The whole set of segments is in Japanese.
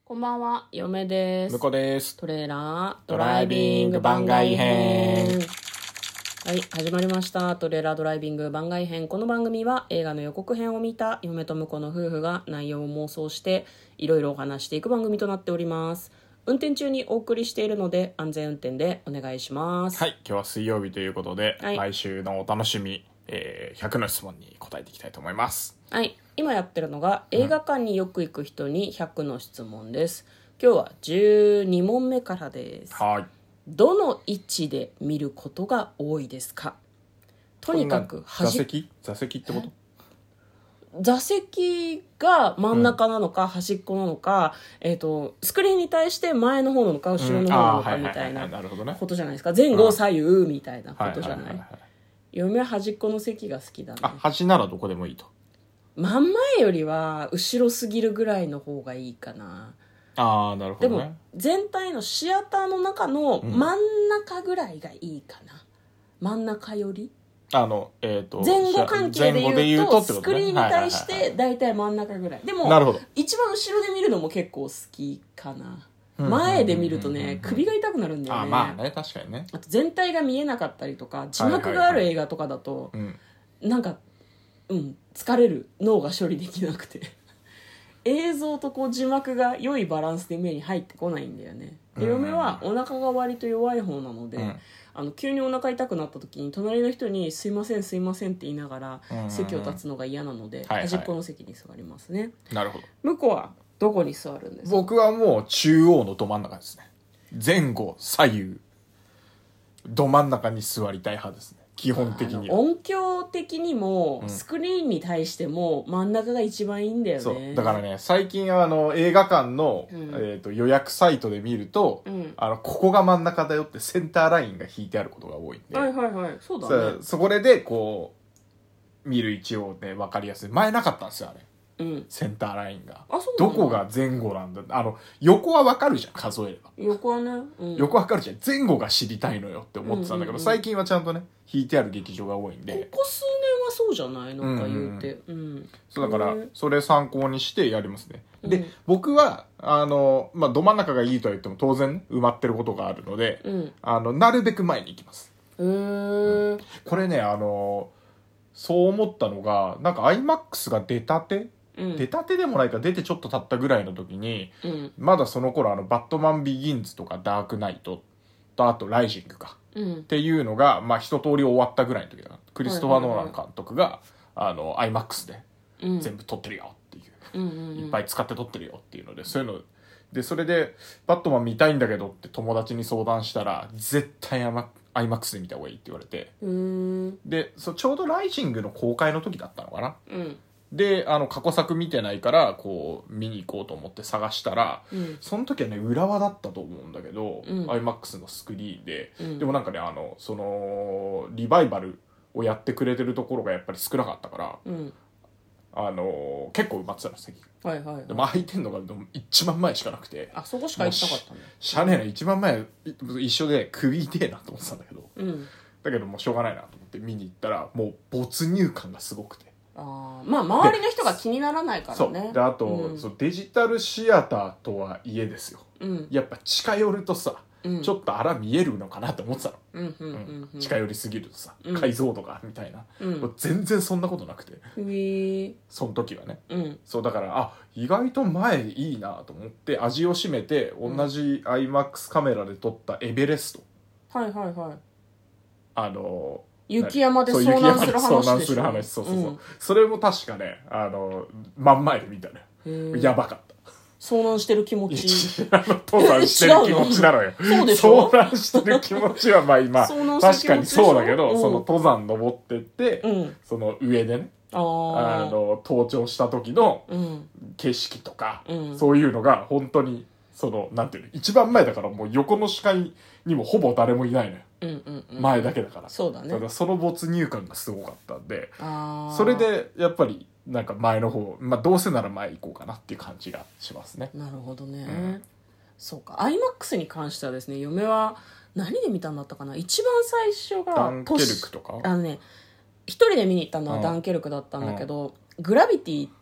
こんばんは、嫁です。 向こうです。 トレーラードドライビング番外編。 はい、始まりました。トレーラードライビング番外編。この番組は映画の予告編を見た嫁と婿の夫婦が内容を妄想していろいろお話していく番組となっております。運転中にお送りしているので安全運転でお願いします。 はい、今日は水曜日ということで、 はい来週のお楽しみ、100の質問に答えていきたいと思います。 はい、今やってるのが映画館によく行く人に100の質問です。今日は12問目からです。 はい。 どの位置で見ることが多いですか？とにかく座席ってこと？ 座席が真ん中なのか端っこなのか、スクリーンに対して前の方なのか後ろの方なのかみたいなことじゃないですか。前後左右みたいなことじゃない。嫁は端っこの席が好きだね。 端ならどこでもいいと。 真ん前よりは後ろすぎるぐらいの方がいいかな。 なるほどね。 でも全体のシアターの中の真ん中ぐらいがいいかな。真ん中より前後関係で言うとスクリーンに対して大体真ん中ぐらい。でも一番後ろで見るのも結構好きかな。前で見るとね、首が痛くなるんだよね。 まあね、確かにね。 あと全体が見えなかったりとか字幕がある映画とかだとなんか疲れる。脳が処理できなくて映像とこう字幕が良いバランスで目に入ってこないんだよね。で嫁はお腹が割と弱い方なので、急にお腹痛くなった時に隣の人にすいませんすいませんって言いながら席を立つのが嫌なので、端っこの席に座りますね。 なるほど。 向こうはどこに座るんですか？ 僕はもう中央のど真ん中ですね。前後左右ど真ん中に座りたい派ですね、基本的には。 音響的にもスクリーンに対しても真ん中が一番いいんだよね。 そうだからね、最近映画館の、予約サイトで見ると、ここが真ん中だよってセンターラインが引いてあることが多いんで、 はいはいはい、そうだね。 そこでこう見る位置をね分かりやすい。前なかったんですよあれ。センターラインがどこが前後なんだ。横は分かるじゃん、数えれば。 横はね、 横分かるじゃん。前後が知りたいのよって思ってたんだけど、最近はちゃんとね引いてある劇場が多いんで。 ここ数年はそうじゃないなんか言うて、 そうだからそれ参考にしてやりますね。で、僕はど真ん中がいいとは言っても当然、ね、埋まってることがあるので、なるべく前に行きます。これねそう思ったのが、なんか IMAX が出たてでもないか、出てちょっと経ったぐらいの時に、まだその頃バットマンビギンズとかダークナイトとあとライジングか、っていうのが一通り終わったぐらいの時だな。クリストファー・ノーラン監督がIMAX で全部撮ってるよっていう、いっぱい使って撮ってるよっていうので、そういうので、それでバットマン見たいんだけどって友達に相談したら、絶対IMAX で見た方がいいって言われて、でちょうどライジングの公開の時だったのかな、で過去作見てないからこう見に行こうと思って探したら、その時はね浦和だったと思うんだけど、IMAX のスクリーンで、でもなんかねそのリバイバルをやってくれてるところがやっぱり少なかったから、結構埋まってたの席、でも空いてんのが一番前しかなくて、 そこしか行ってなかったね。 しゃあねえな、一番前一緒で首痛えなと思ってたんだけど、だけどもうしょうがないなと思って見に行ったら、もう没入感がすごくて、 周りの人が気にならないからね。 そうで、あと、デジタルシアターとはいえですよ、やっぱ近寄るとさ、ちょっとあら見えるのかなって思ってたの、近寄りすぎるとさ、解像度がみたいな、全然そんなことなくて、その時はね、そうだから意外と前いいなと思って味を占めて、同じ IMAX カメラで撮ったエベレスト、 雪山で遭難する話でしょ。 それも確かね真ん前で見たね。やばかった。 遭難してる気持ち登山してる気持ちなのよ。 そうでしょ。 遭難してる気持ちは今確かにそうだけど、その登山登ってって、その上でね登頂した時の景色とか、そういうのが本当になんていうの、一番前だからもう横の視界にもほぼ誰もいないのよ、前だけだから。 そうだね。 その没入感がすごかったんで、それでやっぱりなんか前の方、どうせなら前行こうかなっていう感じがしますね。 なるほどね、そうか。 IMAX に関してはですね、嫁は何で見たんだったかな。一番最初がダンケルクとか、 一人で見に行ったのはダンケルクだったんだけど、グラビティっ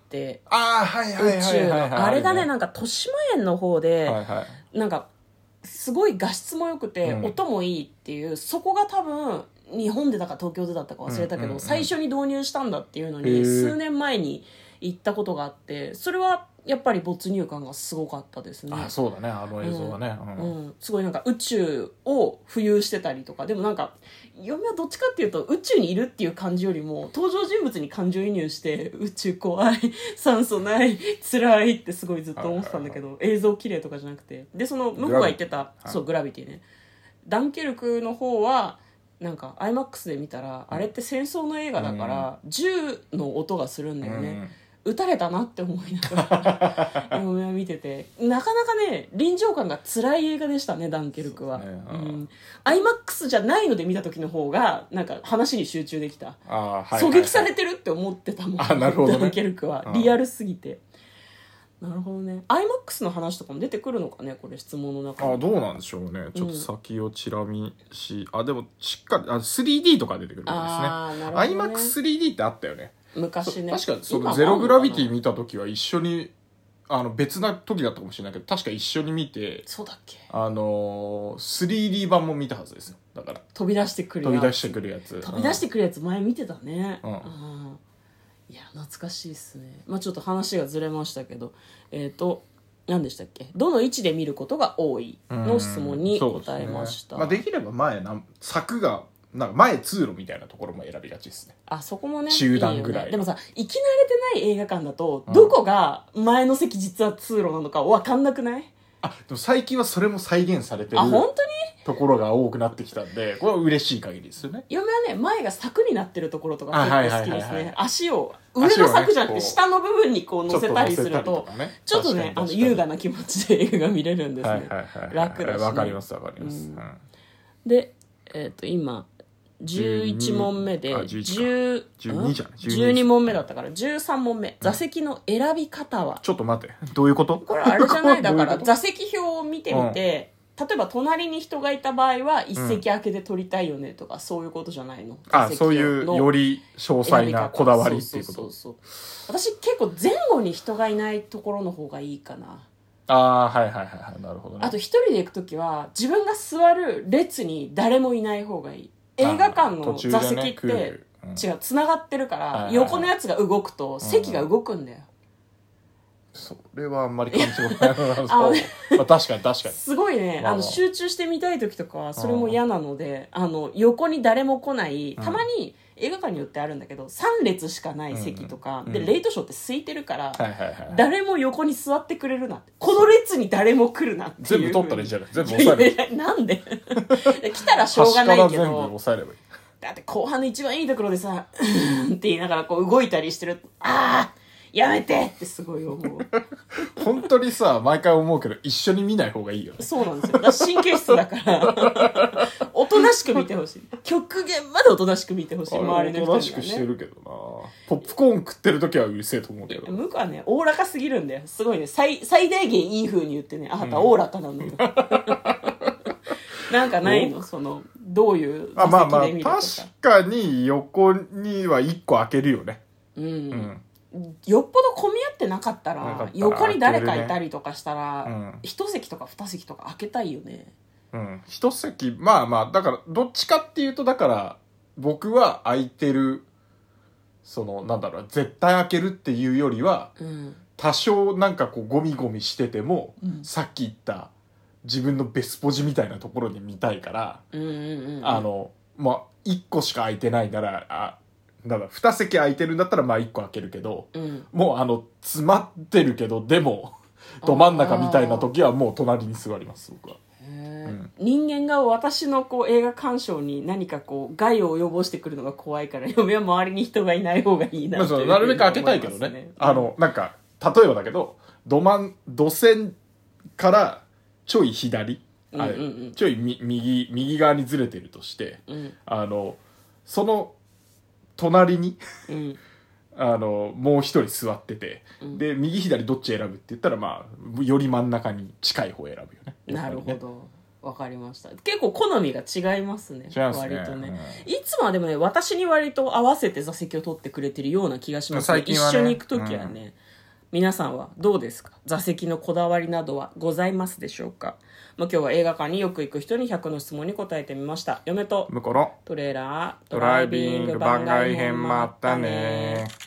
て、 ああ、はいはいはいはい、はい、 あれがね、なんか豊島園の方で、 はいはい、 なんかすごい画質も良くて、音もいいっていう、そこが多分日本でだか東京でだったか忘れたけど、最初に導入したんだっていうのに数年前に行ったことがあって、それはやっぱり没入感がすごかったですね。 あ、そうだね、あの映像はね、 すごいなんか宇宙を浮遊してたりとか、でもなんか嫁はどっちかっていうと宇宙にいるっていう感じよりも登場人物に感情移入して、宇宙怖い、酸素ない、辛いってすごいずっと思ってたんだけど、映像綺麗とかじゃなくて、でその向こうが言ってた、そうグラビティね、ダンケルクの方はなんか IMAX で見たら、あれって戦争の映画だから銃の音がするんだよね、撃たれたなって思いながら嫁は見てて、なかなかね臨場感が辛い映画でしたね、ダンケルクは。IMAX じゃないので見た時の方がなんか話に集中できた。狙撃されてるって思ってたもん、 なるほどね、 ダンケルクはリアルすぎて。なるほどね。IMAX の話とかも出てくるのかね、これ質問の中に。 どうなんでしょうね。ちょっと先をチラ見し、でもしっかり3D とか出てくるんですね。IMAX3D ってあったよね、 昔ね。 確かそのゼログラビティ見た時は一緒に、別な時だったかもしれないけど、確か一緒に見て、 そうだっけ、 3D 版も見たはずですよ。だから飛び出してくるやつ、 飛び出してくるやつ前見てたね。いや懐かしいですね。ちょっと話がずれましたけど、何でしたっけ、どの位置で見ることが多いの質問に答えました。 できれば柵がなんか前通路みたいなところも選びがちですね。 そこもね、 中段ぐらい、 ね、でもさ、行き慣れてない映画館だと、どこが前の席実は通路なのか分かんなくない？ でも最近はそれも再現されてる本当にところが多くなってきたんで、これは嬉しい限りですよね。 嫁はね、前が柵になってるところとか結構好きですね。足を上の柵じゃなくて下の部分にこう乗せたりすると、ちょっとね、優雅な気持ちで映画が見れるんですね。楽だしね。 わかりますわかります。 で、今11問目で12問目だったから13問目、座席の選び方は。 ちょっと待って、どういうこと？ これあれじゃない、だから座席表を見てみて、例えば隣に人がいた場合は一席空けて取りたいよねとか、そういうことじゃないの？ そういうより詳細なこだわりっていうこと。 私結構前後に人がいないところの方がいいかな。 なるほどね。 あと一人で行くときは自分が座る列に誰もいない方がいい。映画館の座席って、違う、繋がってるから、横のやつが動くと席が動くんだよ。 それはあんまり感じもない確かにすごいね、集中して見たい時とかはそれも嫌なので、横に誰も来ない、たまに映画館によってあるんだけど3列しかない席とか、でレイトショーって空いてるから、誰も横に座ってくれるなって、この列に誰も来るなっていう。 全部取ったらいいじゃない、全部抑えればいい。 なんで来たらしょうがないけど、 端から全部抑えればいい。 だって後半の一番いいところでさって言いながらこう動いたりしてる、やめてってすごい思う。 本当にさ、毎回思うけど一緒に見ない方がいいよね。 そうなんですよ。だから神経質だからおとなしく見てほしい。極限までおとなしく見てほしい。周りの人にはね。 おとなしくしてるけどな。ポップコーン食ってる時はうるせえと思うけど。 向こうはね、おおらかすぎるんだよ。すごいね、最大限いい風に言ってね、あなたおおらかなのよ。なんかないの、そのどういう座席で見るとか。 確かに横には1個開けるよね。 よっぽど混み合ってなかったら横に誰かいたりとかしたら、一席とか二席とか開けたいよね。 一席だからどっちかっていうと、だから僕は空いてる、そのなんだろう、絶対開けるっていうよりは、多少なんかこうゴミゴミしてても、さっき言った自分のベスポジみたいなところに見たいから、1個しか空いてないなら2席空いてるんだったら1個開けるけど、もう詰まってるけどでもど真ん中みたいな時はもう隣に座ります、僕は。 人間が私のこう映画鑑賞に何かこう害を及ぼしてくるのが怖いから、嫁は周りに人がいない方がいいなっていう、 なるべく開けたいけどね。なんか例えばだけど、土線からちょい左、ちょい右側にずれてるとして、その隣にもう一人座ってて、で右左どっち選ぶって言ったら、より真ん中に近い方選ぶよね。 なるほど。 わかりました。結構好みが違いますね。 違いますね。 割とね、いつもはでもね、私に割と合わせて座席を取ってくれてるような気がしますね。 最近はね、 一緒に行くときはね、皆さんはどうですか？座席のこだわりなどはございますでしょうか？今日は映画館によく行く人に100の質問に答えてみました。嫁と向こうのトレーラードライビング番外編もあったね。